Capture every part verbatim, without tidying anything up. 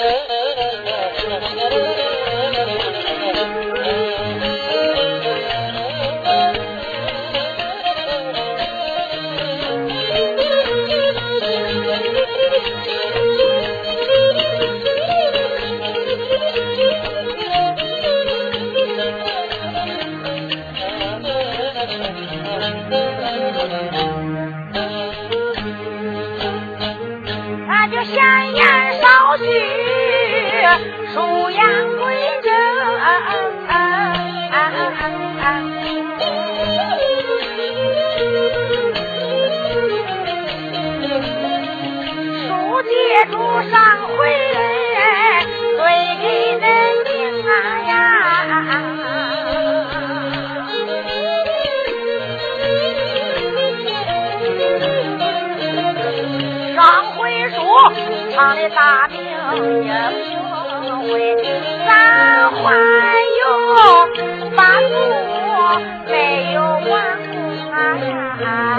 唱的大名英雄为咱还有八祖没有完工啊！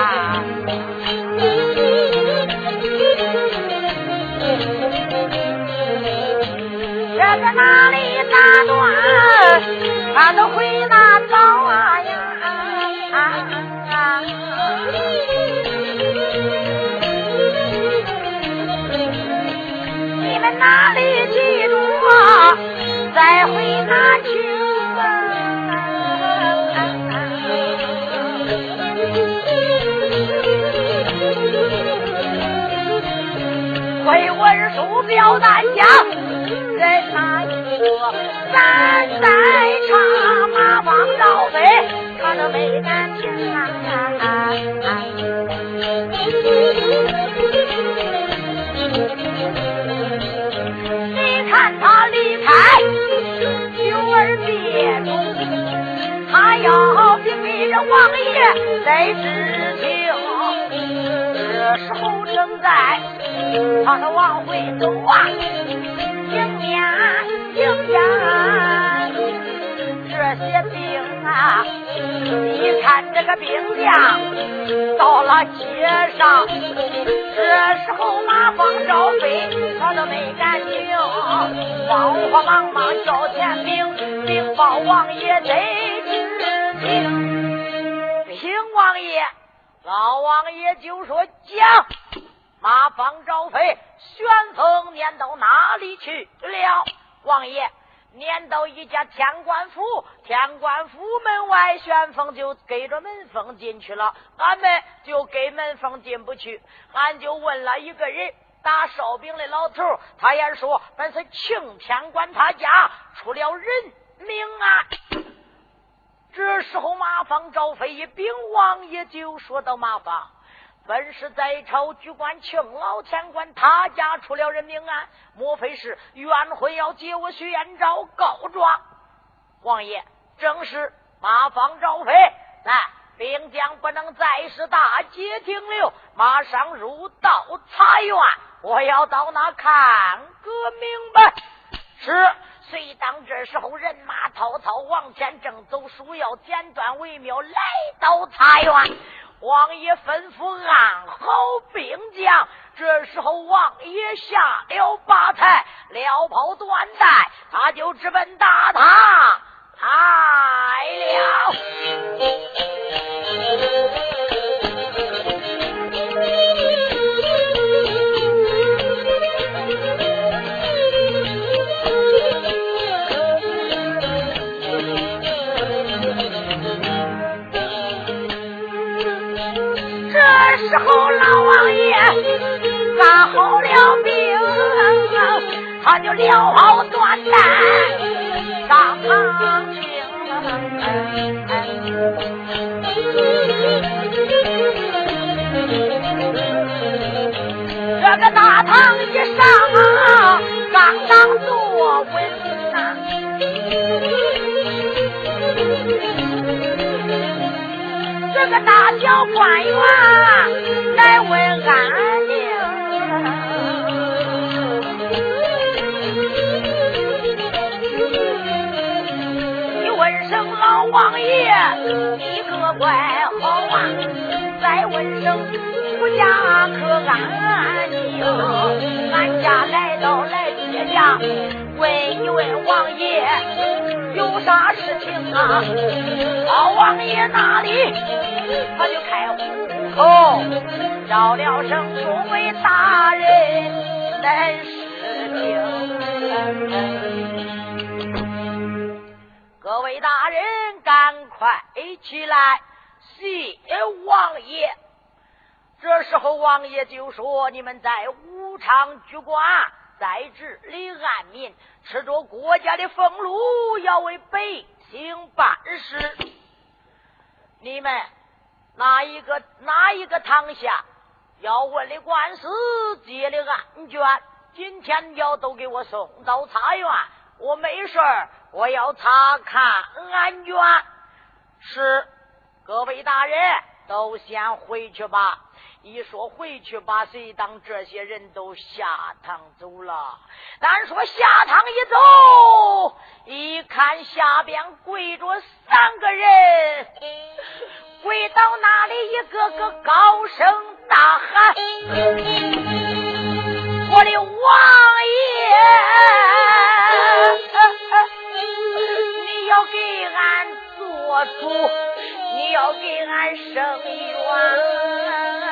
这个哪里打断，他都会拿走啊呀！哪里记住啊，再回拿去会文书表大家在哪一个咱在唱马放绕飞他都没敢听啊他离开九儿别中，他要禀给这王爷在知情。这时候正在他的往回走啊，迎面迎见这些兵啊，一看这个兵将到了街上，这时候马放招飞他都没敢听，慌慌忙忙叫前兵，禀报王爷得知情。禀王爷，老王爷就说讲，马放招飞旋风撵到哪里去了？王爷撵到一家天官府，天官府门外旋风就给着门缝进去了，俺们就给门缝进不去，俺就问了一个人打烧饼的老头，他也说本是庆天官他家出了人命啊。这时候马放招飞一禀王爷就说到，马放本是在朝居官庆老天官他家出了人命案，莫非是冤魂要接我徐延昭告状？王爷，正是。马放招飞，来，兵将不能再是大街停留，马上入到茶园，我要到那看个明白。是。虽当这时候人马滔滔往前正走，书要简短为妙，来到茶园，王爷吩咐安好兵将。这时候王爷下了八台，撩袍断带，他就直奔大堂来了。这时候老王爷干好了兵，他就撩好断带上堂听。这个大堂一上啊，刚刚坐稳啊，这个大小官员来问安宁，你问声老王爷你可怪好啊，再问声我家可安宁，俺家来到来接下问一问王爷有啥事情啊？老王爷那里他就开虎口叫了声众位大人能事情，各位大人赶快起来谢王爷。这时候王爷就说，你们在武昌居官，在治理安民，吃着国家的俸禄，要为百姓办事。你们哪一个哪一个堂下要问的官司接的案卷，今天要都给我送到茶园，我没事我要查看案卷。是，各位大人都先回去吧。一说回去吧，谁当这些人都下堂走了。但说下堂一走，一看下边跪着三个人，跪到那里一个个高声大喊，我的王爷，你要给俺做主，你要给俺伸冤。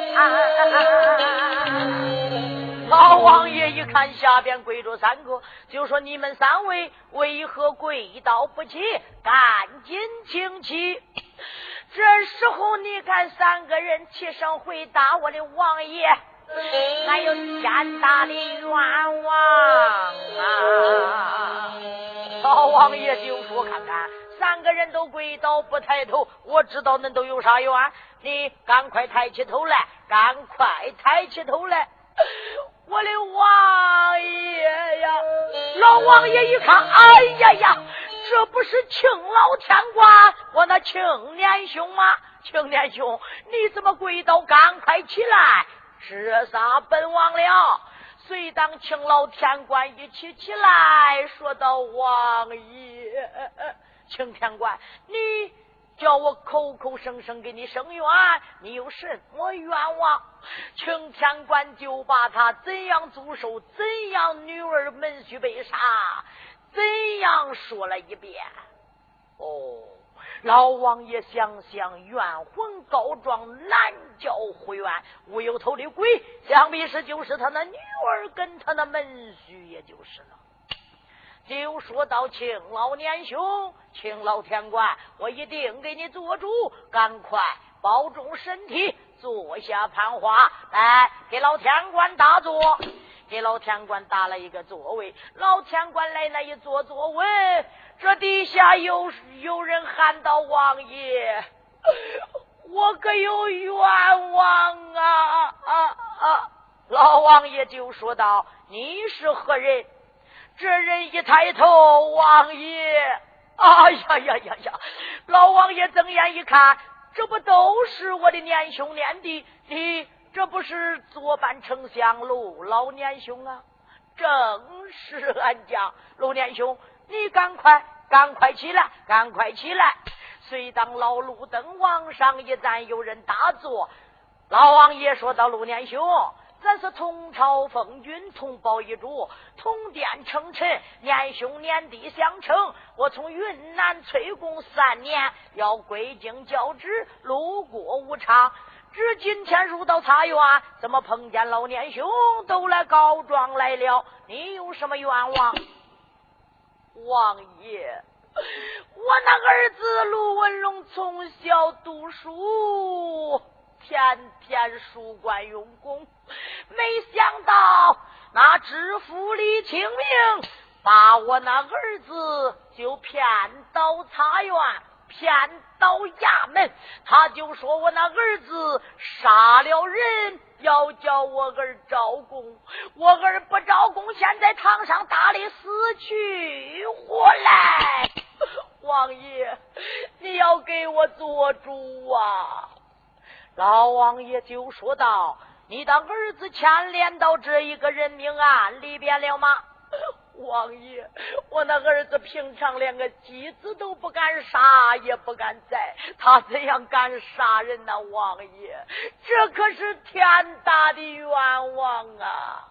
老王爷一看下边跪着三个，就说你们三位为何跪倒不起，赶紧请起。这时候你看三个人起身回答，我的王爷，俺有天大的冤枉啊。老王爷就说，看看三个人都跪倒不抬头，我知道恁都有啥冤，你赶快抬起头来，赶快抬起头来。我的王爷呀！老王爷一看，哎呀呀，这不是庆老天官我那庆年兄吗？庆年兄，你怎么跪倒？赶快起来，这啥本王了？随当庆老天官一起起来，说道：王爷，庆天官，你叫我口口声声给你伸冤，你有什么冤枉？庆天官就把他怎样祖寿，怎样女儿门须被杀，怎样说了一遍。哦，老王爷想想，冤魂告状，难教回冤，无有头的鬼，想必是就是他那女儿跟他那门须，也就是了。就说到庆老年兄，庆老天官，我一定给你做主，赶快保重身体，坐下攀花，来给老天官打坐。给老天官打了一个座位，老天官来那一坐坐稳，这底下有有人喊道：王爷，我可有冤枉啊啊啊！老王爷就说道：你是何人？这人一抬头，王爷，哎呀呀呀呀！老王爷睁眼一看，这不都是我的年兄年弟？你这不是作伴丞相陆老年兄啊？正是俺家陆年兄，你赶快赶快起来，赶快起来！虽当老路灯往上一站，有人打坐。老王爷说到：陆年兄，咱是同朝奉君，同胞一主，同殿称臣，年兄年弟相称。我从云南催贡三年，要归京交旨，路过武昌，只今天入到茶园，怎么碰见老年兄都来告状来了？你有什么冤枉？王爷，我那儿子陆文龙从小读书，天天书馆用功，没想到那知府李清明把我那儿子就骗到茶园，骗到衙门，他就说我那儿子杀了人，要叫我儿招供，我儿不招供，现在堂上打的死去活来。王爷，你要给我做主啊！老王爷就说道：你的儿子牵连到这一个人命案里边了吗？王爷，我那儿子平常连个鸡子都不敢杀，也不敢宰，他怎样敢杀人呢？王爷，这可是天大的冤枉啊！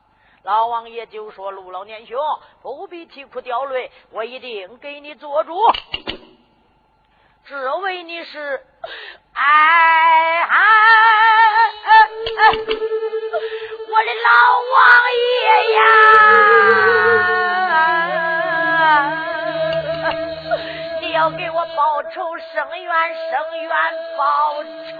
老王爷就说：陆老年兄不必啼哭掉泪，我一定给你做主，这为你是哎哎哎哎我的老王爷呀，你要给我报仇生冤，生冤报仇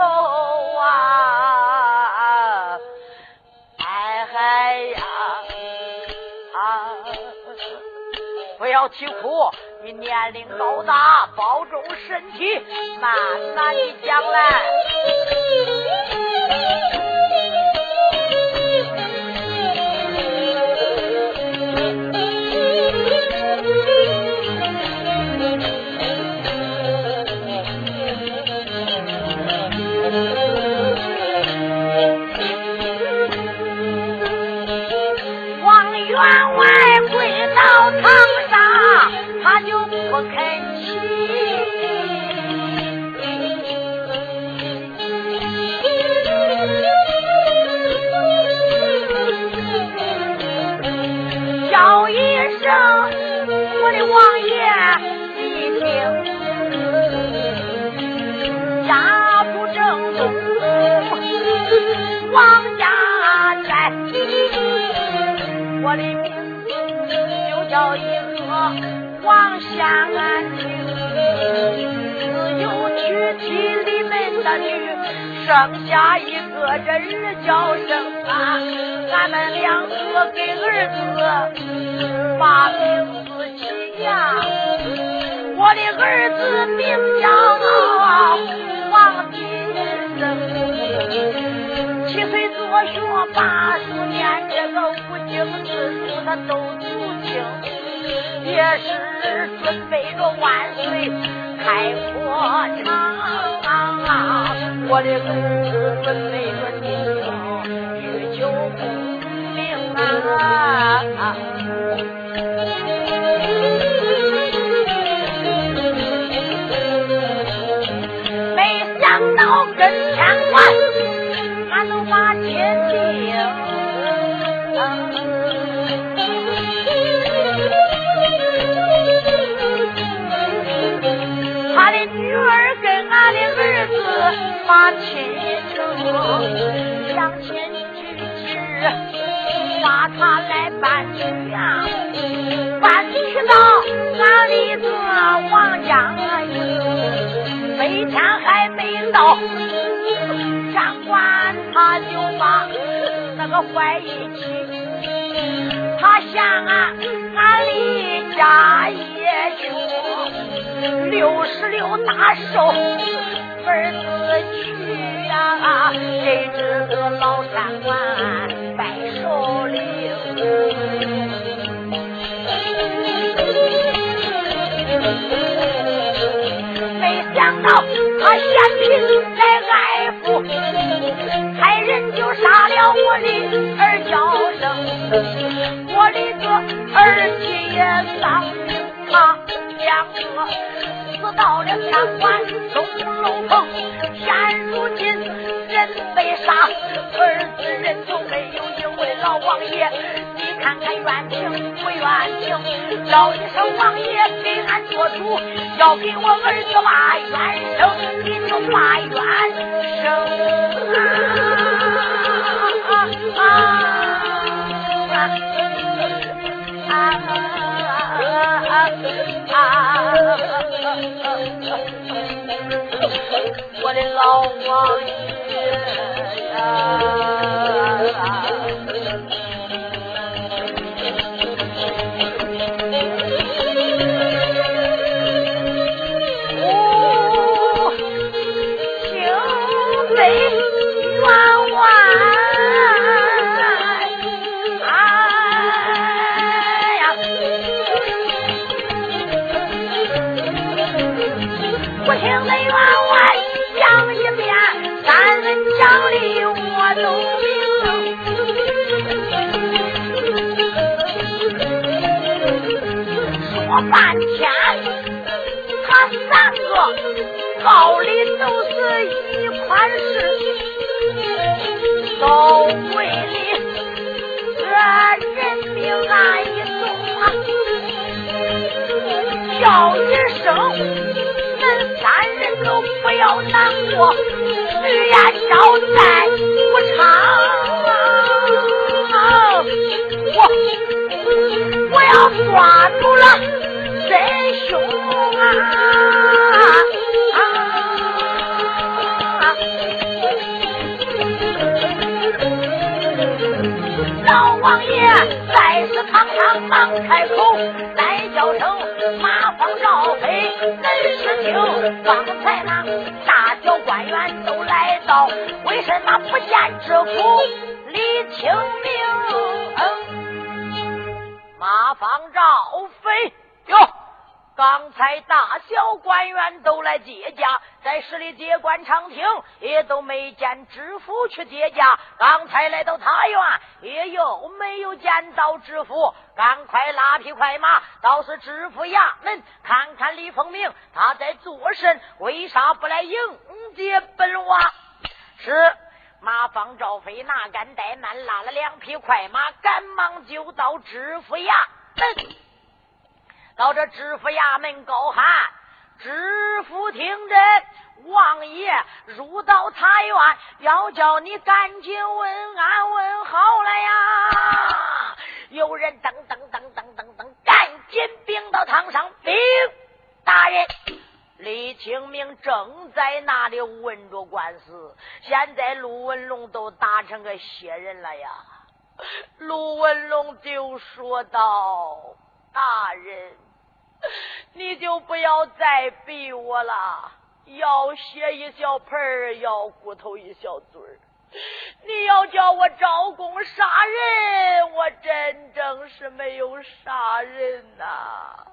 啊！哎嗨呀啊！不要啼哭，你年龄高大，保重身体，慢慢的将来。不肯起，叫一声我的王爷，你听，家主正宗王家寨，我的名字就叫一个王下安亭，自有娶妻里门的女，生下一个这日叫声啊，俺们两个给儿子把名字起呀，我的儿子名叫王金生，七岁做学，八十年这个五经四书他都读清，也是准备着万岁开国场啊！我的儿子准备着进京去求功名啊！没想到跟天官俺都把天定。他的女儿跟俺的儿子把亲成，两千举之把他来搬去呀，搬去到俺的个王家营，每天还没到，长官他就把那个怀疑起，他想啊俺离家也穷，六十六大寿儿子去呀、啊，给这个老山官拜寿礼。没想到他嫌贫来爱富，差人就杀了我的儿叫声，我的个儿妻也丧命，他两个死到了天官钟楼棚，现如今人被杀，儿子人都没有，因为老王爷你看看冤情不冤情，叫一声王爷给俺做主，要给我儿子把冤生，你就把冤生啊啊啊啊啊啊我的老王爷呀，哦，清北员外，哎呀，我听得员外讲一遍，三人讲的我都明，说半天他三个道理都是一款事，都为你儿人命案一送啊，叫一声恁三人都不要难过，徐延昭在武昌啊，我我要抓住了真凶啊！老王爷再次堂堂忙开口，来叫声马放赵飞，恁是听刚才那大小官员都来到，为什么不见知府李清明？嗯，马放赵飞哟，刚才大小官员都来接驾，在市里接官长厅也都没见知府去接驾，刚才来到塔院也又没有见到知府，赶快拉匹快马到是知府衙门看看李凤鸣他在做甚，为啥不来迎接本王？是马放赵飞哪敢怠慢，拉了两匹快马赶忙就到知府衙门。到这知府衙门高喊，知府听着，王爷入到塔院，要叫你赶紧问安问好了呀！有人噔噔噔噔噔噔，赶紧禀到堂上，禀大人，李清明正在那里问着官司，现在陆文龙都打成个血人了呀！陆文龙就说道：大人，你就不要再逼我了，要血一小盆儿，要骨头一小嘴儿。你要叫我招供杀人，我真正是没有杀人呐、啊。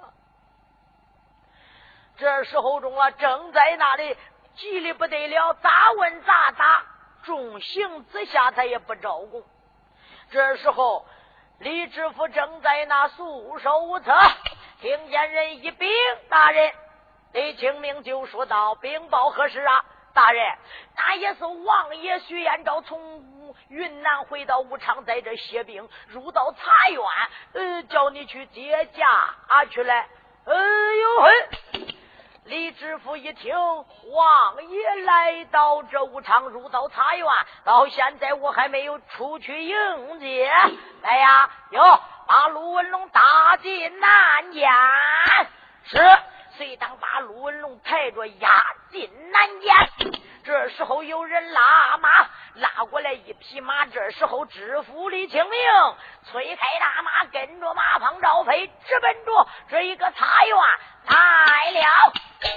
这时候中啊，正在那里急里不得了，咋问咋答，重刑之下他也不招供。这时候李知府正在那束手无策，听见人一禀，大人，李清明就说道：禀报何事啊？大人，那也是王爷徐延昭从云南回到武昌，在这歇兵，入到茶园，呃，叫你去接驾啊去来。哎呦嘿！李知府一听王爷来到这武昌，入到茶园，到现在我还没有出去迎接，来呀，哟，把陆文龙打进南监。是，随当把陆文龙抬着押进南监。这时候有人拉马，拉过来一匹马，这时候知府李清明催开大马，跟着马放赵飞直奔着这一个茶园来了。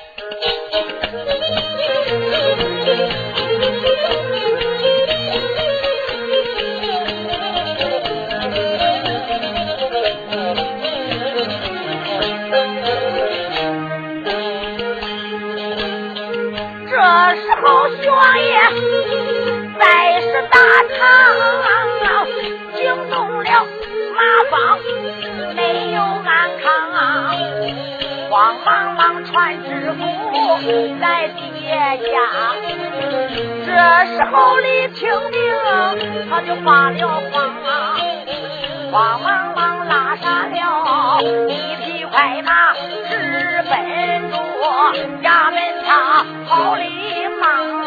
这时候徐王爷在是大堂，惊动了马放没有安康，慌忙忙传知府来接驾。这时候李清明他就发了慌，慌忙忙拉上了一匹快马，直奔着衙门他好礼忙。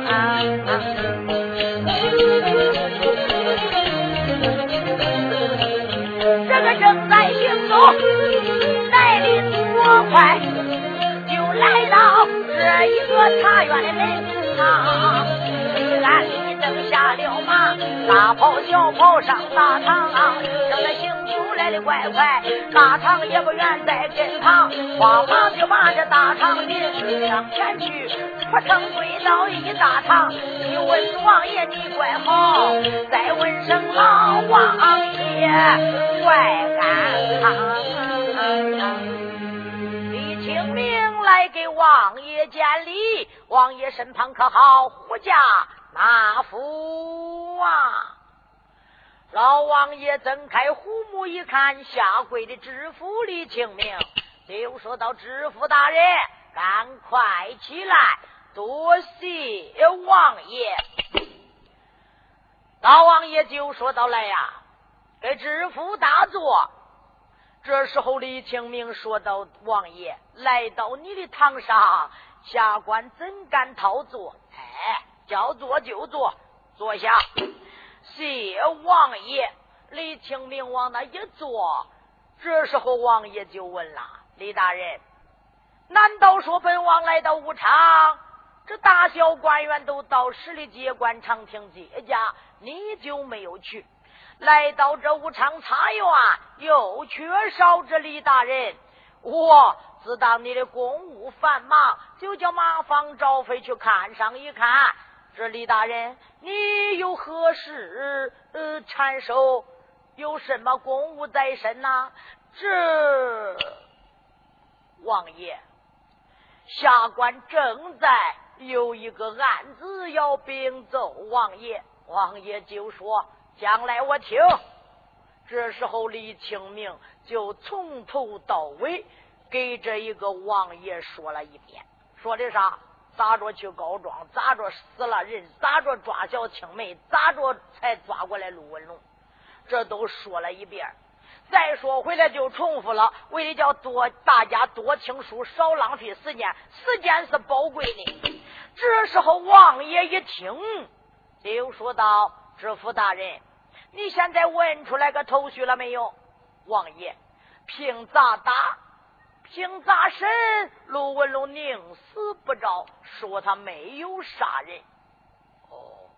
这个正在行走，来的多快，就来到这一个茶园的门上。虽然你登下了马，大跑小跑上大堂，正在行出来的快快，大堂也不远在跟旁，慌忙就把这大堂领上前去，不成跪到一大堂。你问王爷你怪好，再问声老王爷怪安康。李清明来给王爷见礼，王爷身旁可好护驾那夫啊？老王爷睁开虎目一看，下跪的知府李清明，就说到：知府大人，赶快起来，多谢王爷。老王爷就说到：来呀， 给知府打坐。这时候李清明说道：王爷来到你的堂上，下官怎敢逃坐？哎，叫坐就坐，坐下。谢王爷。李清明往那一坐，这时候王爷就问了：李大人，难道说本王来到武昌，这大小官员都到十里街官场听接驾，你就没有去？来到这武昌茶园，又缺少这李大人。我自当你的公务繁忙，就叫马放赵飞去看上一看。这李大人，你有何事呃缠手？有什么公务在身呐、啊？这王爷，下官正在有一个案子要禀奏王爷。王爷就说：将来我听。这时候李清明就从头到尾给这一个王爷说了一遍。说的啥？咋着去告状，咋着死了人，咋着抓小青梅，咋着才抓过来陆文龙，这都说了一遍。再说回来就重复了，为了叫多大家多听书，少浪费时间，时间是宝贵的。这时候王爷一听就说道：知府大人，你现在问出来个头绪了没有？王爷，凭咋打凭咋审，陆文龙宁死不着，说他没有杀人。哦，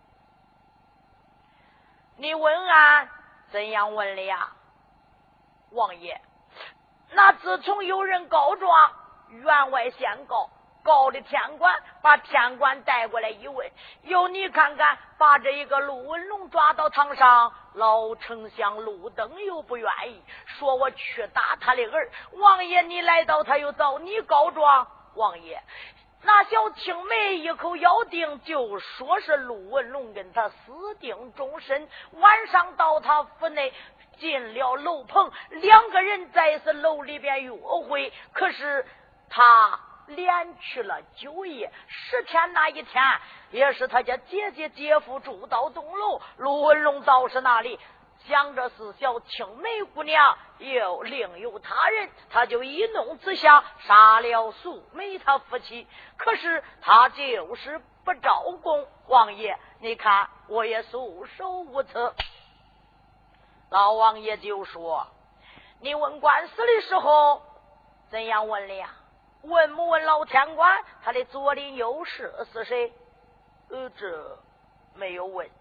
你问案怎样问了呀？王爷，那自从有人告状，员外先告，告的天官，把天官带过来一问，有你看看，把这一个陆文龙抓到堂上，老丞相陆登又不愿意，说我去打他的儿。王爷你来到，他又找你告状。王爷，那小青梅一口咬定，就说是陆文龙跟他私定终身，晚上到他府内进了楼棚，两个人在是楼里边约会，可是他连去了九夜，十天那一天也是他家姐姐姐夫住到东楼，陆文龙倒是那里想着是小青梅姑娘，又另有他人，他就一怒之下杀了素梅他夫妻，可是他就是不招供。王爷你看我也束手无策。老王爷就说：你问官司的时候怎样问了呀？问不问老天官他的左邻右舍是谁？呃，这没有问。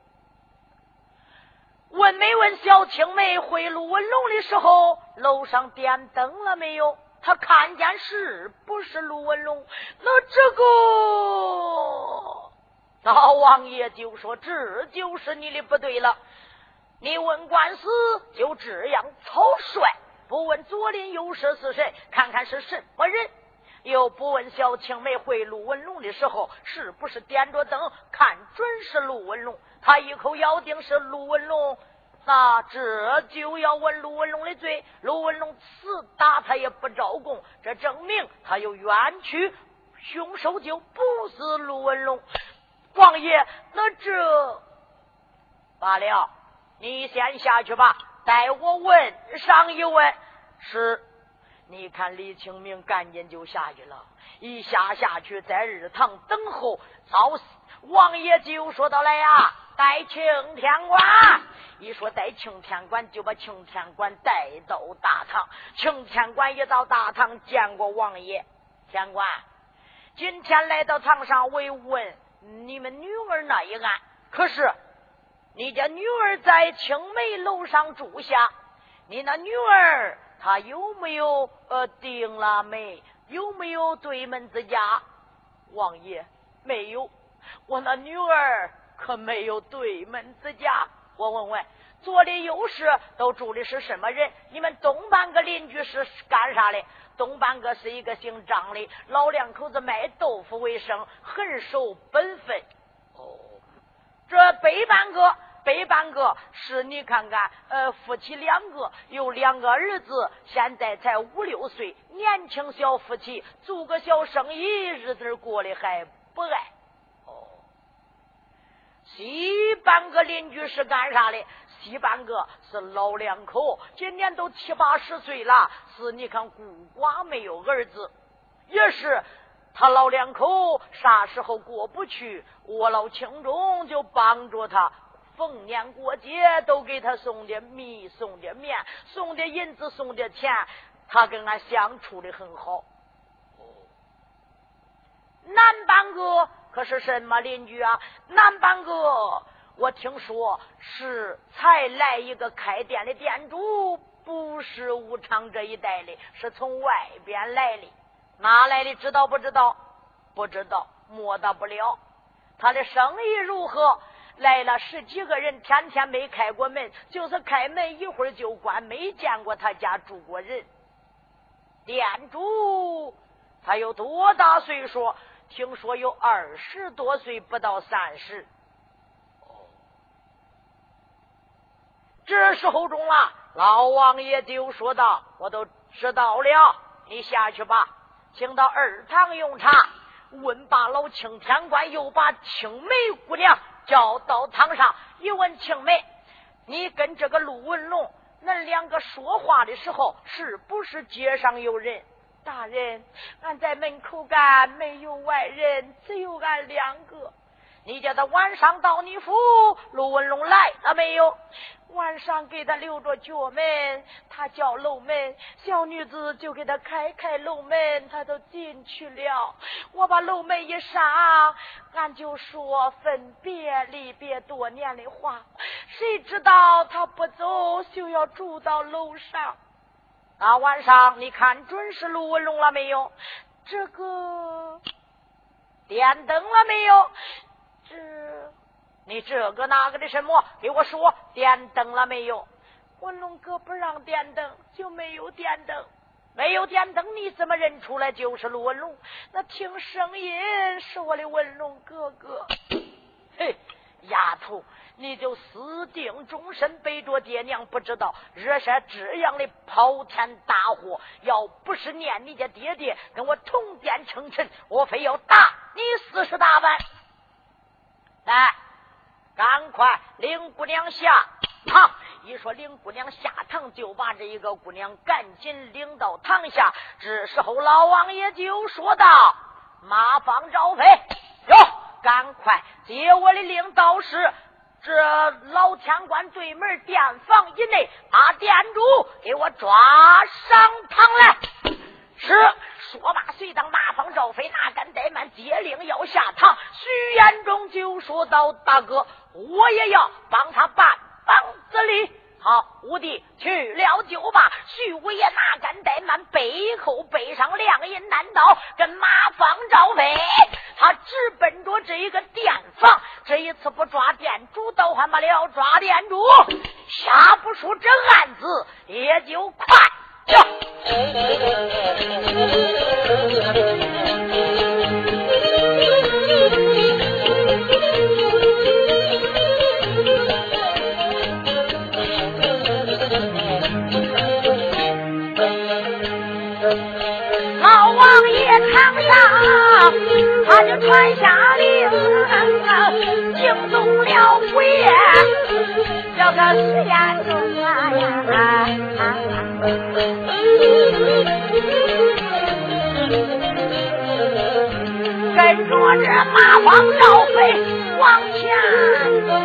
问没问小青梅回陆文龙的时候，楼上点灯了没有？他看见是不是陆文龙？那这个老王爷就说：这就是你的不对了。你问官司就这样草率，不问左邻右舍是谁，看看是什么人，又不问小青梅回陆文龙的时候是不是点着灯，看准是陆文龙，他一口咬定是陆文龙，那这就要问陆文龙的罪。陆文龙此打他也不招供，这证明他有冤屈，凶手就不是陆文龙。王爷，那这罢了，你先下去吧，待我问上一问。是。你看李清明赶紧就下去了，一下下去在日堂等候。早王爷就说到来呀，带庆天官。一说带庆天官，就把庆天官带到大堂。庆天官一到大堂见过王爷。天官，今天来到堂上为问你们女儿那一案，可是你家女儿在青梅楼上住下，你那女儿她有没有呃定了没？有没有对门之家？王爷，没有，我那女儿可没有对门之家。我问问，左邻右舍都住的是什么人？你们东半个邻居是干啥的？东半个是一个姓张的老两口子，卖豆腐为生，很守本分。哦，这北半个北半个是你看看，呃，夫妻两个，有两个儿子，现在才五六岁，年轻小夫妻，做个小生意，日子过得还不赖。哦，西半个邻居是干啥的？ 西半个是老两口，今年都七八十岁了，是你看孤寡没有儿子，也是他老两口啥时候过不去，我老青中就帮着他，逢年过节都给他送点米，送点面，送点银子，送点钱，他跟俺相处的很好。南半个可是什么邻居啊？南半个我听说是才来一个开店的店主，不是武昌这一带的，是从外边来的。哪来的知道不知道？不知道，摸到不了。他的生意如何？来了十几个人，天天没开过门，就是开门一会儿就关，没见过他家住过人。店主他有多大岁数？听说有二十多岁，不到三十。这时候中了，老王爷就说道：我都知道了，你下去吧，请到二堂用茶。问罢老青天官，又把青梅姑娘叫到堂上，一问青梅，你跟这个陆文龙那两个说话的时候，是不是街上有人？大人，俺在门口干，没有外人，只有俺两个。你叫他晚上到你府，陆文龙来了没有？晚上给他留着脚门，他叫楼门，小女子就给他开开楼门，他都进去了。我把楼门一上，俺就说分别离别多年的话，谁知道他不走，就要住到楼上。那晚上你看准是陆文龙了没有？这个点灯了没有？这你这个那个的什么，给我说点灯了没有？文龙哥不让点灯，就没有点灯。没有点灯，你怎么认出来就是陆文龙？那听声音是我的文龙哥哥。嘿，丫头，你就死定终身背着爹娘，不知道惹下这样的滔天大祸。要不是念你家爹爹跟我同殿称臣，我非要打你四十大板。来，赶快领姑娘下堂。一说领姑娘下堂，就把这一个姑娘赶紧领到堂下。这时候老王爷就说道：马放赵飞，哟，赶快接我的令，到时这老天官对门店房以内，把店主给我抓上堂来。是。说罢，随当马放赵飞哪敢怠慢，接令要下堂。徐延忠就说道：大哥，我也要帮他办房子里。好，五弟去了就罢。徐五爷哪敢怠慢，背后背上两银难刀，跟马放赵飞他直奔着这一个店房。这一次不抓店主，倒还不了抓店主，下不出这案子也就快了。老王爷堂上他就传下令，惊动了五爷，叫个徐延忠啊呀，跟着这马放赵飞往前走，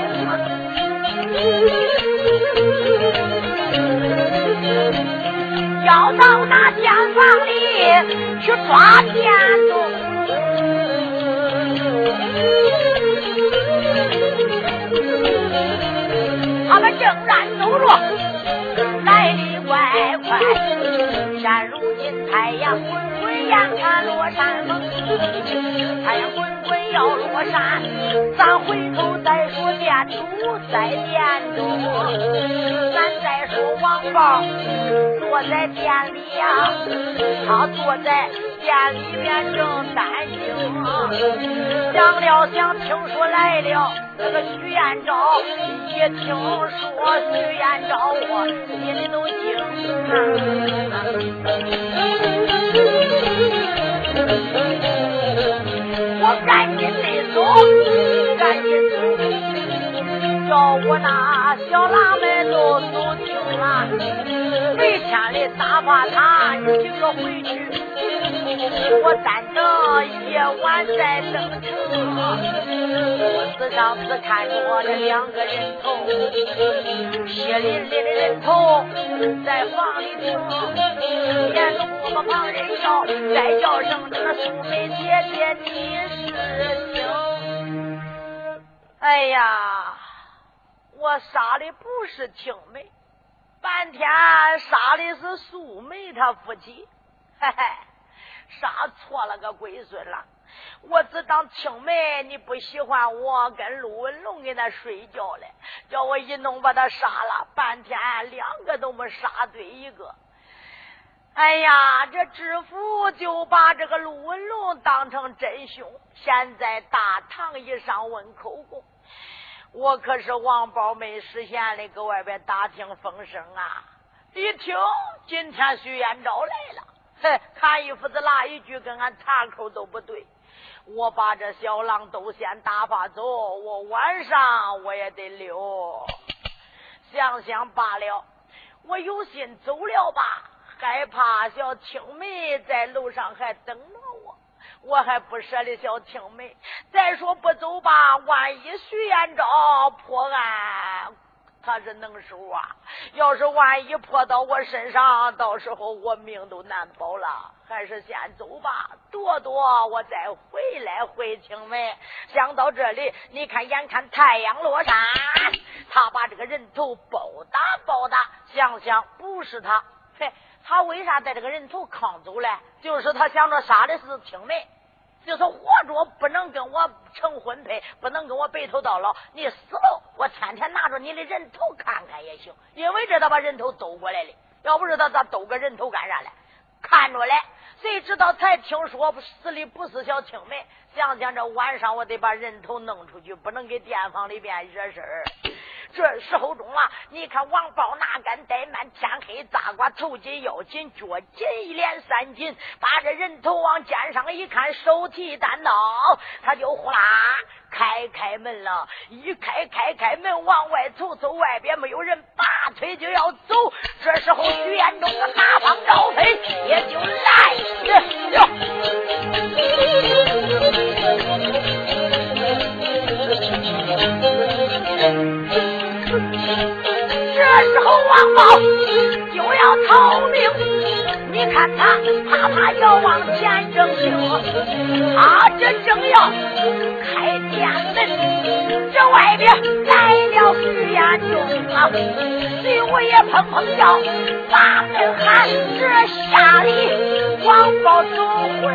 要到那店房里去抓店主。他们正然走着，来得怪快，山如今太阳滚滚，眼看落山风，太阳滚滚要落山，咱回头再说店主在店中，咱再说王豹坐在店里呀、啊，他坐在店里面正担心，想了想，听说来了这个徐延昭，也听说徐延昭，我心里都惊啊！我赶紧得走，赶紧走，叫我那小喇妹都走清了，每天里打发他几个回去，我单等夜晚再登城。我自上次看着我这两个人头，血淋淋的人头在房里头，沿着我们旁人笑，再叫声这个素梅姐姐你是听。哎呀，我杀的不是青梅，半天杀的是素梅他夫妻，嘿嘿，杀错了个龟孙了。我只当青梅你不喜欢我跟陆文龙跟他睡觉嘞，叫我一弄把他杀了，半天两个都没杀对一个。哎呀，这知府就把这个陆文龙当成真凶，现在大堂以上问口供。我可是王宝梅实现的，搁外边打听风声啊！一听今天徐延昭来了，嘿，看衣服子拉一句跟俺岔口都不对。我把这小郎都先打发走，我晚上我也得溜。想想罢了，我有心走了吧，害怕小青梅在楼上还等着我，我还不舍得小青梅。再说不走吧，万一徐延昭破案，他是能手啊，要是万一破到我身上，到时候我命都难保了。还是先走吧，多多我再回来回青梅。想到这里，你看眼看太阳落山，他把这个人头包打包打，想想不是他，嘿，他为啥带这个人头扛走了？就是他想着杀的是青梅，就是活着不能跟我成婚配，不能跟我白头到老，你死了我天天拿着你的人头看看也行。因为这他把人头兜过来了，要不是他他兜个人头干啥来？看着来，谁知道才听说死里不是小青梅。想想这晚上我得把人头弄出去，不能给店房里边惹事儿。这时候中了，你看王宝哪敢怠慢，天黑扎瓜头紧腰紧脚紧一连三紧，把这人头往肩上一看，手提单刀，他就呼啦开开门了。一开开开门往外走走，外边没有人，拔腿就要走。这时候徐延忠的马放招飞也就来了。这时候王宝就要逃命，你看他啪啪要往前正行，他这正要开店门，这外边来了徐延忠啊，徐五爷砰砰叫把门喊，这下里王宝走回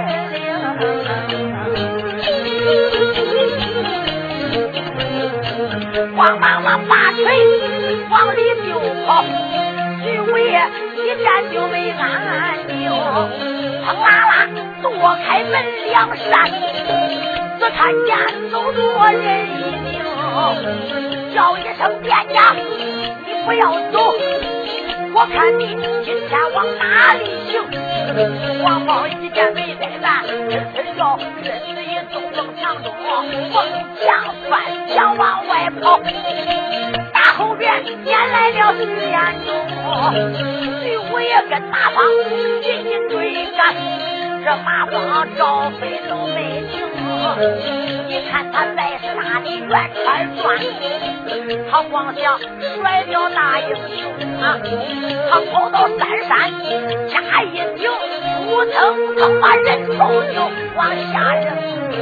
了，慌忙忙把腿往里就跑，徐五爷一站就没安宁，砰啦啦躲开门两扇，只看见走着人一名，叫一声店家你不要走，我看你今天往哪里行。王宝一见没怠慢，呲呲叫，身子一动蹦墙中，蹦墙翻墙往外跑，大后边撵来了徐延忠，徐五爷跟马放紧紧追赶，这马放招飞都没停，你看他在是那里圆圈转，他光想甩掉大英雄啊，他跑到三山加一顶，扑腾腾把人头就往下扔，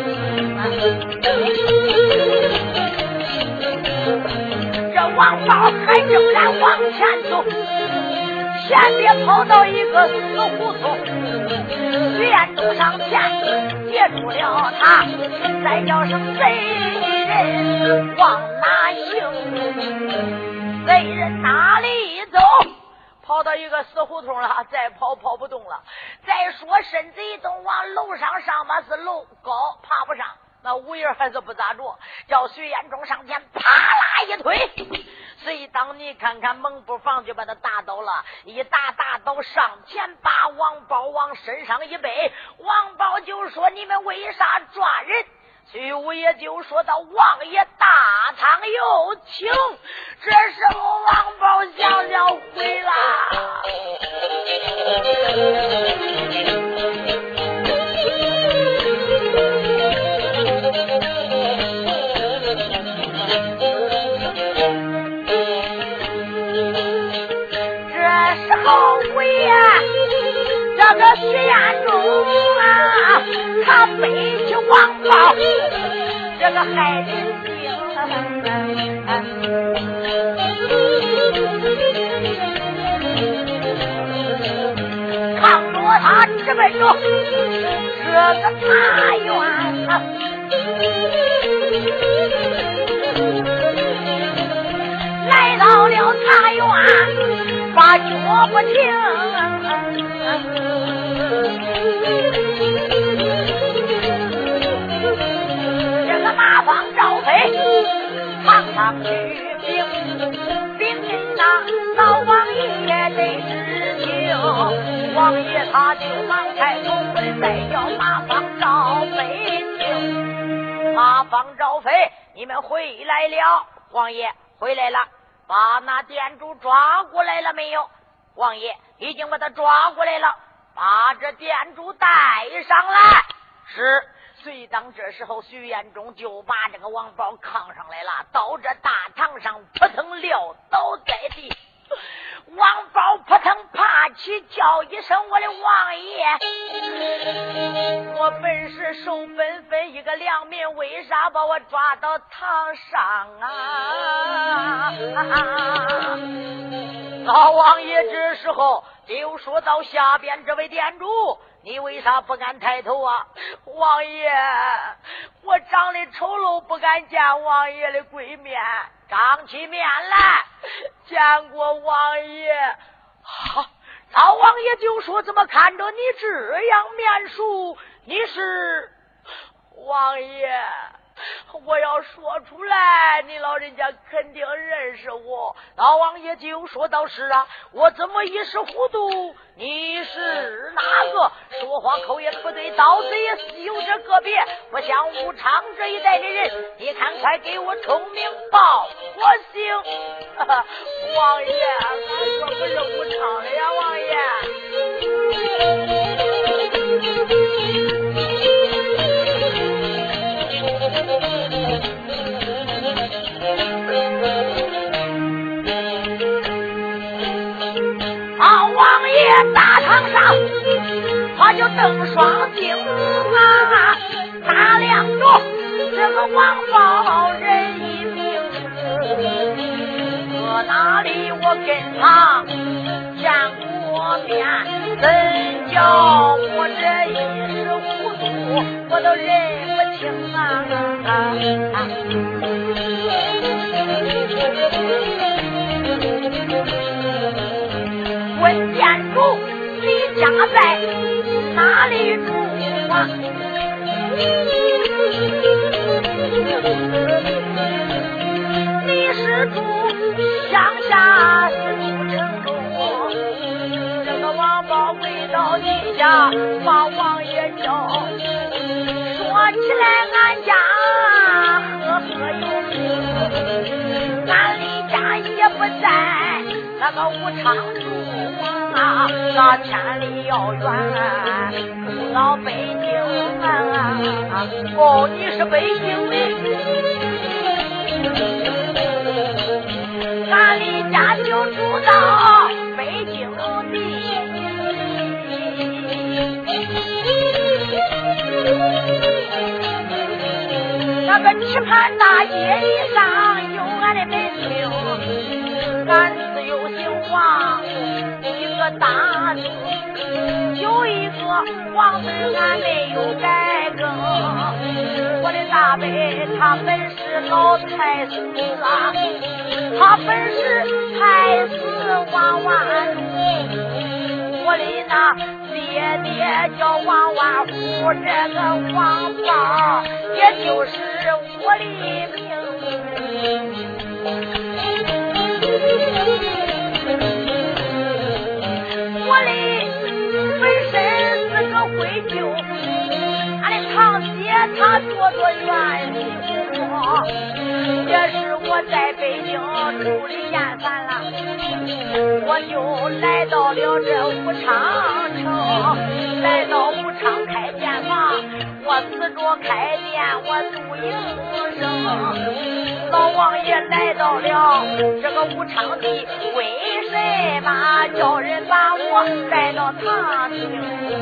这王宝还仍然往前走，前边跑到一个死胡同，徐延忠上前接住了他，再叫声贼人往哪行，贼人哪里走，跑到一个死胡同了，再跑跑不动了，再说身子一动往楼上上吧，是楼高爬不上，那五爷还是不咋着，叫徐延忠上前啪啦一推，谁当你看看门不防就把他打倒了，一打大刀上前把王宝往身上一背，王宝就说你们为啥抓人？ 徐武也就说到：“王爷大堂有请。”这时候王宝想想回了。这时候回呀，这个徐彦中啊，他背起王宝，这个害人精，扛着他直奔着这个大院啊，来到了茶园，把脚不停。这个马放赵飞堂堂举兵，兵兵那老王爷得知情，王爷他就忙开口问，再叫马放赵飞听。马放赵飞，你们回来了？王爷回来了。把那店主抓过来了没有？王爷已经把他抓过来了，把这店主带上来。是。随当这时候，徐彦中就把这个王宝扛上来了，到这大堂上扑腾撂倒在地。王宝扑腾爬起，叫一声：“我的王爷！我本是受本分一个良民，为啥把我抓到堂上啊？”老王爷这时候就说到：“下边这位店主，你为啥不敢抬头啊？”王爷，我长得丑陋，不敢见王爷的贵面，张起面来见过王爷。好，老王爷就说：“怎么看着你这样面熟？你是王爷？我要说出来，你老人家肯定认识我。”老王爷就说道：“是啊，我怎么一时糊涂？你是哪个？说话口也不对，刀子也有着个别，不像武昌这一带的人。你看，快给我充名报我姓。”王爷，我可不是武昌的呀，王爷。啊，王爷大堂上他就瞪双睛啊，打量着这个王宝人一名，搁哪里我跟他见过面，怎叫我这一时糊涂我都认不清啊！问店主你家在哪里住啊？你是住乡下是住城中？这个王宝回到地下把王爷叫，说起来俺家赫赫有名，俺离家也不在那个武昌住啊，那千里遥远住到北京啊。哦，你是北京的？俺离家就住到北京的，那个棋盘大街以上有俺的门厅，俺自有姓王，一个大字，有一个王字俺没有改更。我的大伯他本是老太师啊，他本是太师王万禄，我的那爹爹叫王万虎，这个王宝也就是我的名。我的本身是个闺秀，俺的堂姐她我多多怨情，也是我在北京住的厌烦了，我就来到了这武昌城，来到武昌开店房，我死着开店，我度营生。老王爷来到了这个武昌地，为什么叫人把我带到堂厅？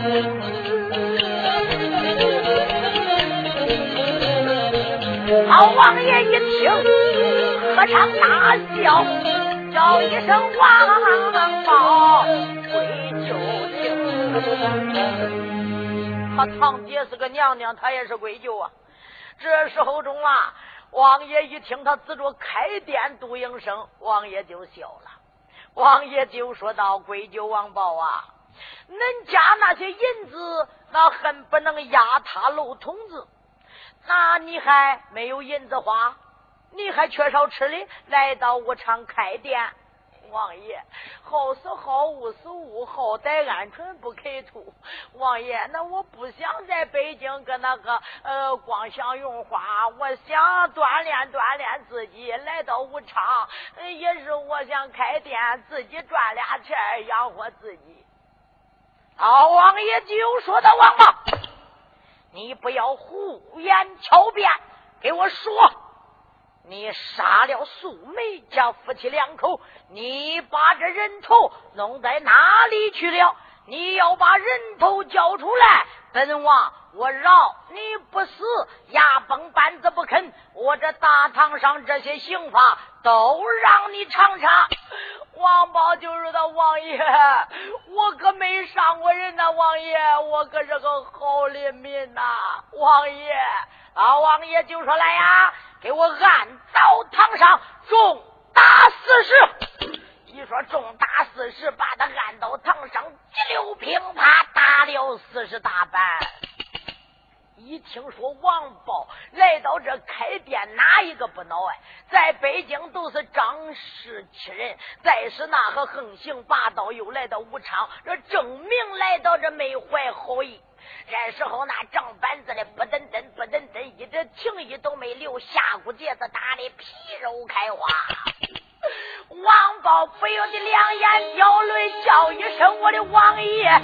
老王爷一听，喝场大笑，叫一声王宝归旧情。他堂姐是个娘娘，他也是归旧啊。这时候中啊，王爷一听他自着开店度营生，王爷就笑了。王爷就说道：归旧王宝啊，恁家那些银子那恨不能压塌漏筒子，那你还没有银子花，你还缺少吃的，来到武昌开店。王爷好是好，物是物，好歹鹌鹑不可吐。王爷，那我不想在北京跟那个呃光想用花，我想锻炼锻炼自己，来到武昌、呃、也是我想开店，自己赚俩钱养活自己。老王爷就说到：王宝，你不要胡言巧辩，给我说，你杀了素梅家夫妻两口，你把这人头弄在哪里去了？你要把人头交出来，本王我饶你不死，牙崩板子不肯，我这大堂上这些刑罚都让你尝尝。王宝就说道：王爷，我可没伤过人呐，王爷，我可是个好人民呐，王爷。啊，王爷就说：来呀，给我按到堂上，重打四十。一说重打四十，把他按到堂上，急流乒啪打了四十大板。一听说王宝来到这开店，哪一个不恼哎？在北京都是仗势欺人，再是那个横行霸道，又来到武昌，这证明来到这没怀好意。这时候那张板子的不噔噔不噔噔，一点情意都没留，下骨节子打的皮肉开花。王宝不由得两眼掉泪，叫一声：我的王爷，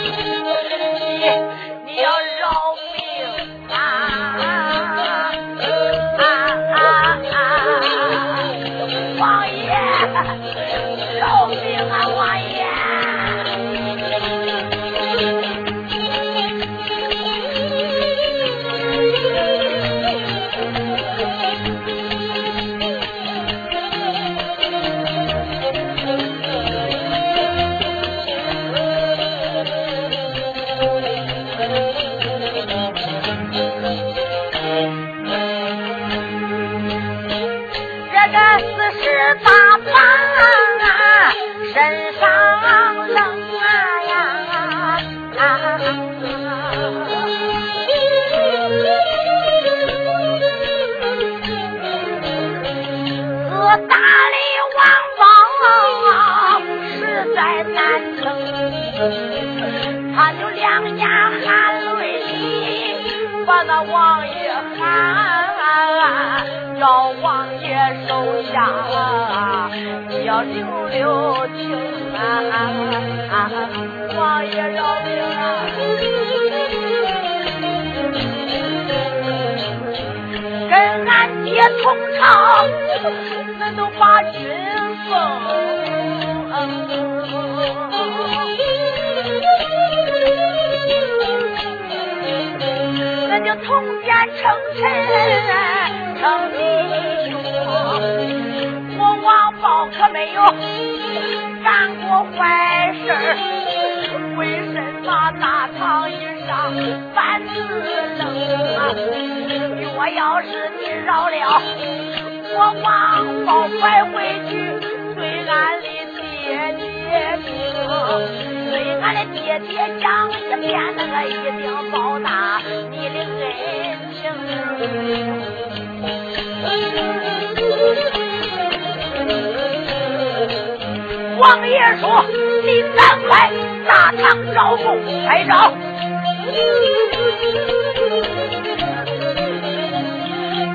你你要饶命啊！啊啊啊！王爷，饶命啊！王爷。大板啊，身上冷啊呀！啊自大理王宝实在难撑，他就两眼含泪，把那王爷喊。叫王爷手下要留留情啊，王爷饶命啊！跟俺爹同朝，那都把军奉，那就同见成臣。成弟兄，我王宝可没有干过坏事，为什么大堂以上板子冷啊？我要是你饶了我王宝，快回去对俺的爹爹听，对俺的爹爹讲一遍，那个一定报答你的恩情。王爷说：你赶快大堂招供，快招！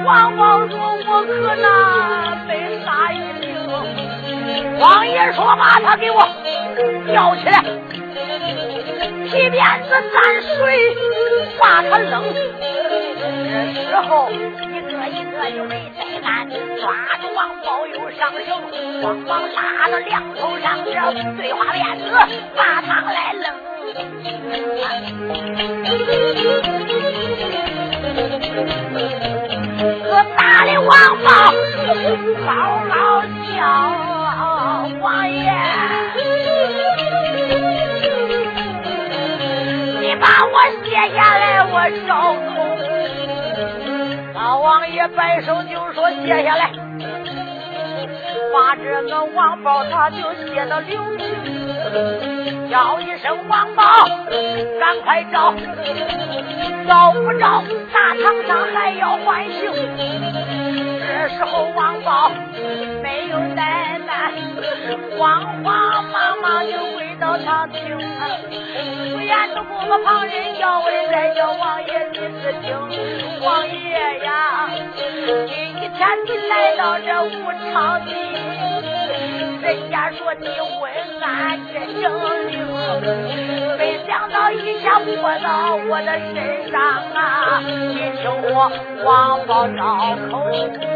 王宝说我可那被杀一命。王爷说把他给我吊起来，皮鞭子沾水把他扔。这时候一个一个就没再干，抓住王宝又上绳，慌忙拉到两头上这碎花辫子把他来扔。可打的王宝嗷嗷叫，王爷你把我卸下来我招口。老王爷摆手就说卸下来，把这个王宝他就卸到流平，叫一声王宝赶快找，找不着大堂上还要还刑。这时候王宝没有怠慢，慌慌忙忙就回到堂厅，虽然都不把旁人叫我的，再叫王爷你是听。王爷呀，今天你来到这武昌地，人家说你问案真正灵，没想到一下泼到我的身上啊！你听我王宝招口，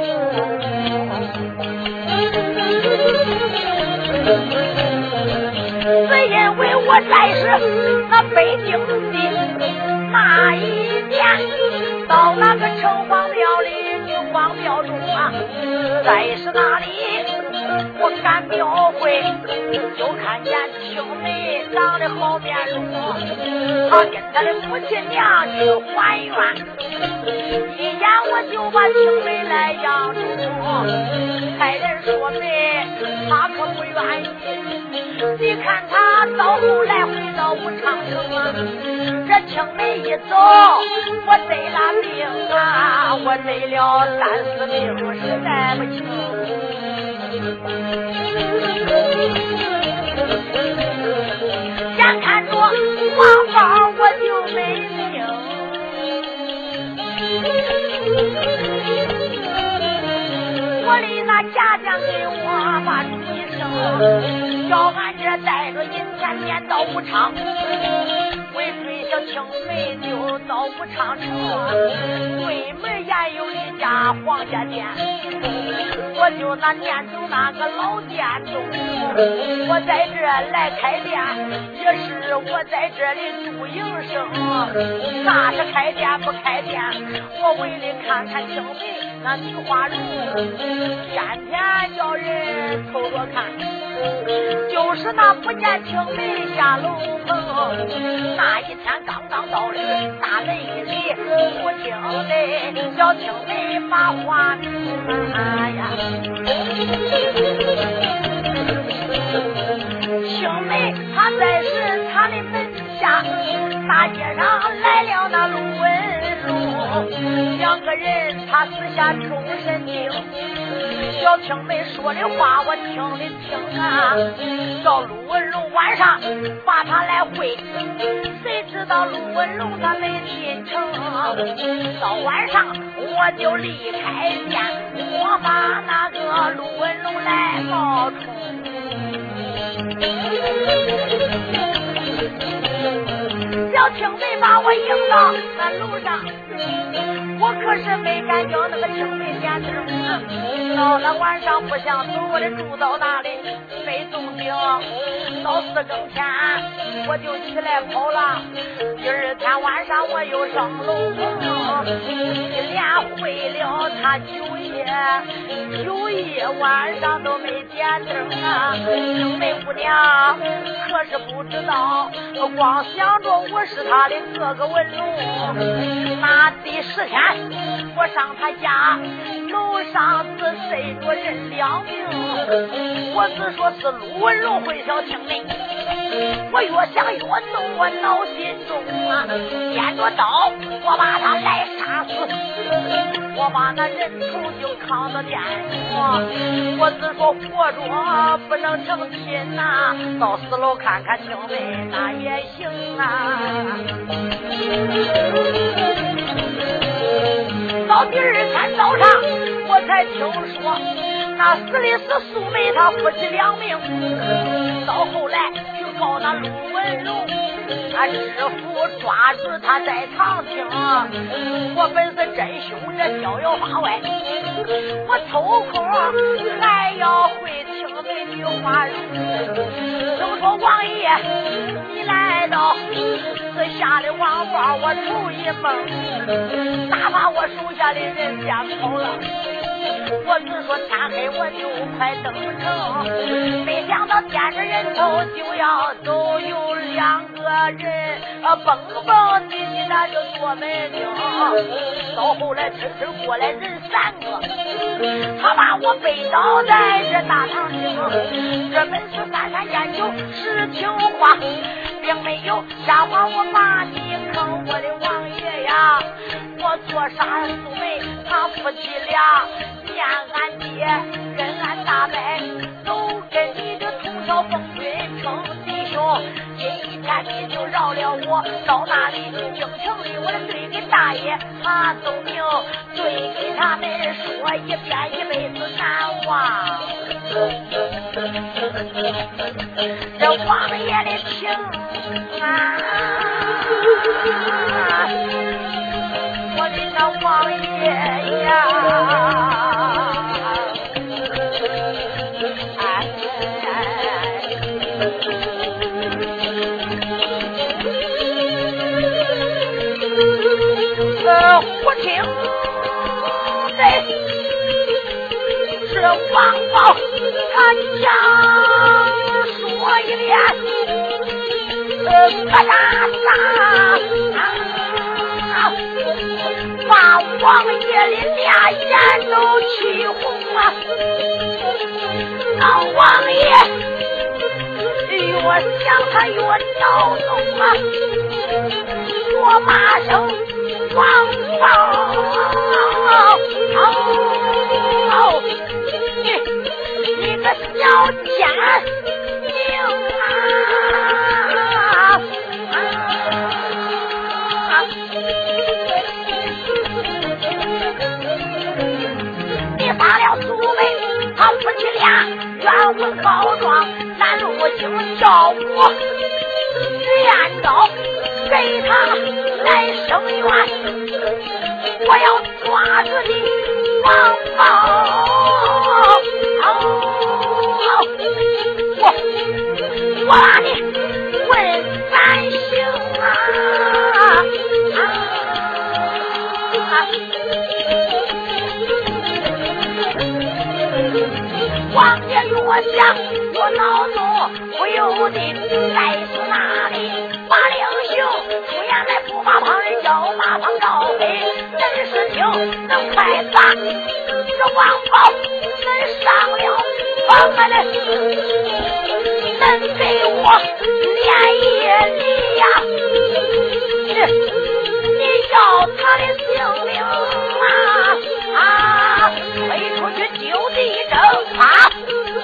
是因为我在是那北京的那一年，到那个城隍庙里女皇庙中啊，在是那里我赶庙会，就看见青梅长得好面容，他跟他的母亲娘去还愿，一眼我就把青梅来养住，派人说媒他可不愿意。你看他到后来回到武昌城啊，这青梅一走我得了病啊，我得了三四病实在不轻。眼看着王宝我就没命，我的那家将给我把主意生，叫俺这带着银钱撵到武昌，为追小青梅就到武昌城，对门沿有一家黄家店，我就那念走那个老店中，我在这来开店，也是我在这里住营生。那是开店不开店，我为了看看青梅那菊花容，天天叫人瞅着看，就是那不见青梅下楼棚。那一天刚刚到这大门一里，不听的小青梅把话明哎呀，青梅他在是他的门下，大街上来了那陆文龙，两个人他私下终身定。小青梅说的话我听的听啊，叫陆文龙晚上把他来会，谁知道陆文龙他没进城，到晚上我就离开店，我把那个陆文龙来冒充。小青梅把我迎到那楼上，我可是没敢叫那个青梅点灯，到了晚上不想走，我得住到那里没动静，到四更天我就起来跑了。第二天晚上我又上楼棚，一连会了他九夜，九夜晚上都没点灯啊。青梅姑娘可是不知道，光想着我是他的哥哥文龙。那第十天我上他家，楼上只睡着人两名，我只说是陆文龙会小青梅，我越想越动我脑心中啊，掂着刀我把他来杀死，我把那人头就扛到店上，我只说活着不能成亲呐、啊，到四楼看看青梅那也行啊。到第二天早上来听说那死的是苏梅他夫妻两命，到后来就告那陆文龙，他师傅抓住他在堂听，我本是真凶，这逍遥法外，我抽空还要会听美女话语。听说王爷你来到，这吓得王宝我头一懵，哪怕我手下的人先跑了，我只说天黑我就快登城，没想到见着人头就要走，有两个人啊蹦蹦唧唧的就坐门厅，到后来呲呲过来人三个，他把我背倒在这大堂厅，这本是三山烟酒实情话，并没有瞎话我把你坑，我的王爷呀，我做啥苏梅他夫妻俩念俺爹跟俺大伯都跟你的同朝风云称弟兄，今天你就饶了我，到那里京城里我的对给大爷他奏明，对给他们说一遍一辈子难忘。这王爷的情啊，我的那王爷呀，呃，我听的是王宝他讲说一遍，呃，嘎哒哒，啊，把王爷的俩眼都气红啊！老王爷越想他越恼怒啊！我骂声王宝，你你个小奸佞啊！你杀了苏梅，他夫妻俩冤魂告状，南路京叫我连招给他来声援，我要抓住你王宝，我我把你问三姓啊！啊王爷越想越恼怒，不由得该死哪里把领袖出言来不把旁人叫马旁招飞，真是听能快打这王宝能上了房门的，能给我连夜里呀，你要他的性命啊啊！推出去就地正法。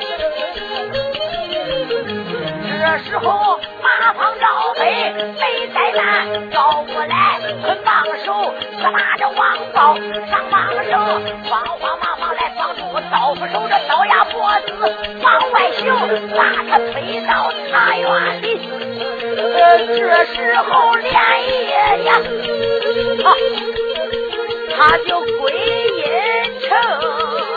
这时候马旁招飞没灾难招过来，捆绑手可拿着王宝上绑手，慌慌忙忙来绑住刀斧手，这刀牙脖子往外秀，把他推到茶园里。呃，这时候连夜呀，啊，他就归阴城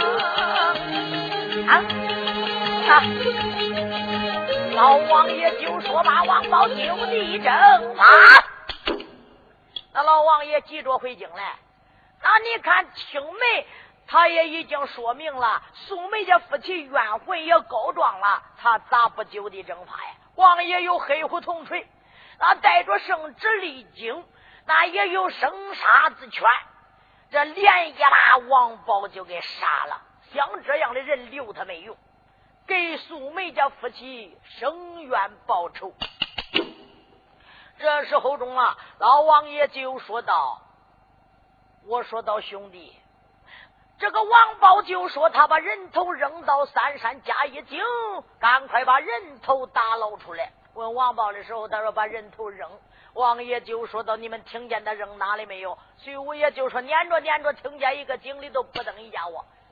啊啊！老王爷就说把王宝就地正法，那老王爷急着回京来。那你看青梅他也已经说明了，苏梅家夫妻冤魂也告状了，他咋不就地正法呀？王爷有黑虎铜锤，那带着圣旨离京，那也有生杀之权，这连夜把王宝就给杀了。像这样的人留他没用，给苏梅家夫妻伸冤报仇。这时候中啊，老王爷就说道：我说到兄弟，这个王宝就说他把人头扔到三山加一井，赶快把人头打捞出来。问王宝的时候，他说把人头扔。王爷就说到：你们听见他扔哪里没有？所以我也就说撵着撵着，听见一个井里都不等一家我，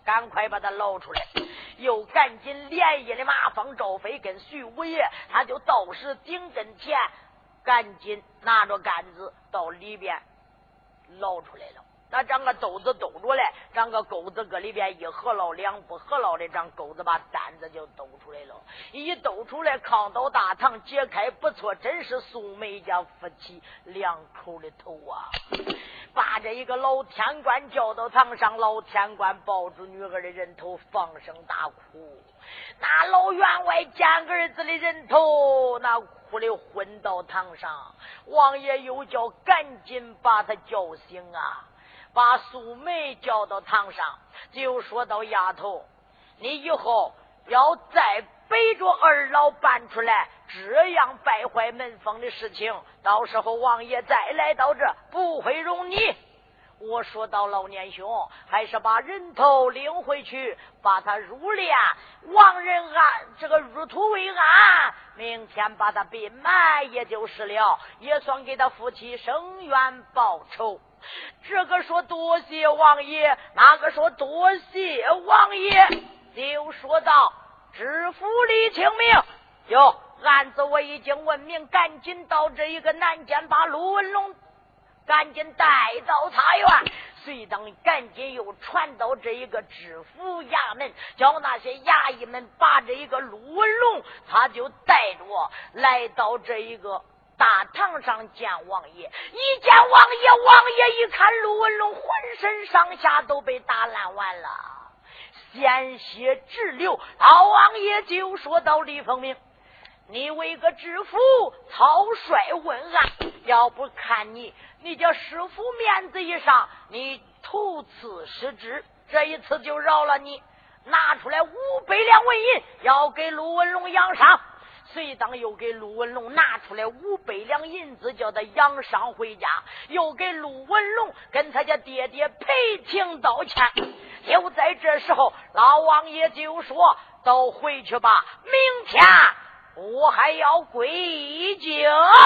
赶快把他捞出来。又赶紧连夜的马放赵飞跟徐五爷，他就到时顶跟前，赶紧拿着杆子到里边捞出来了。那张个兜子兜着来，张个钩子搁里边一合捞两步，合捞的张钩子把担子就兜出来了。一兜出来，康到大堂揭开，不错，真是苏梅家夫妻两口的头啊！把这一个老天官叫到堂上，老天官抱住女儿的人头，放声大哭。那老员外见儿子的人头，那哭的昏到堂上。王爷又叫赶紧把他叫醒啊！把苏梅叫到堂上，就说到丫头，你以后要再背着二老办出来这样败坏门风的事情，到时候王爷再来到这不会容你。我说到老年兄，还是把人头领回去，把他入殓，亡人安这个入土为安，明天把他殡埋也就是了，也算给他夫妻伸冤报仇。这个说多谢王爷，那个说多谢王爷，就说到知府李清明，哟，案子我已经问明，赶紧到这一个南监把卢文龙赶紧带到茶园，随当赶紧又传到这一个知府衙门，叫那些衙役们把这一个卢文龙，他就带着来到这一个大堂上见王爷。一见王爷，王爷一看卢文龙浑身上下都被打烂完了，鲜血直流。老王爷就说到李凤鸣，你为个知府草率问案，要不看你你叫师傅面子一上，你图此失职，这一次就饶了你，拿出来五百两纹银要给卢文龙养伤。随当又给卢文龙拿出来五百两银子，叫他养伤回家，又给卢文龙跟他家爹爹赔情道歉。就在这时候，老王爷就说都回去吧，明天我还要归京。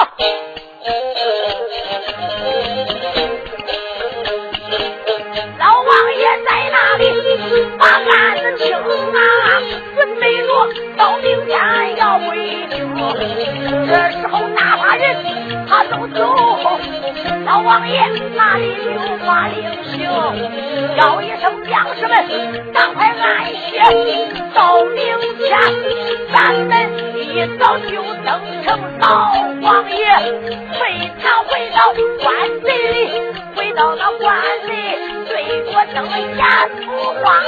老王爷在那里把案子清啊，准备着到明天要归京。这时候大把人他都走，老王爷那里就发令行，叫一声将士们赶快安歇，到明天咱们一早就登城。老王爷飞他回到官贼里，回到那官贼，对着这个眼不慌，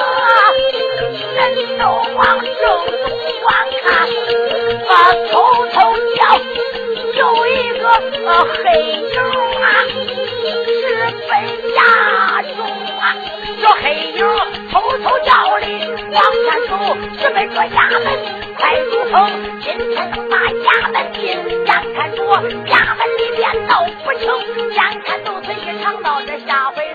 人都往正东观看，啊，偷偷叫有一个呃黑影啊，是被家中啊，这黑影偷偷叫里往前走，直奔着衙门快如风。今天能把衙门进，眼看着衙门里边闹不清，眼看都是一场闹，这下回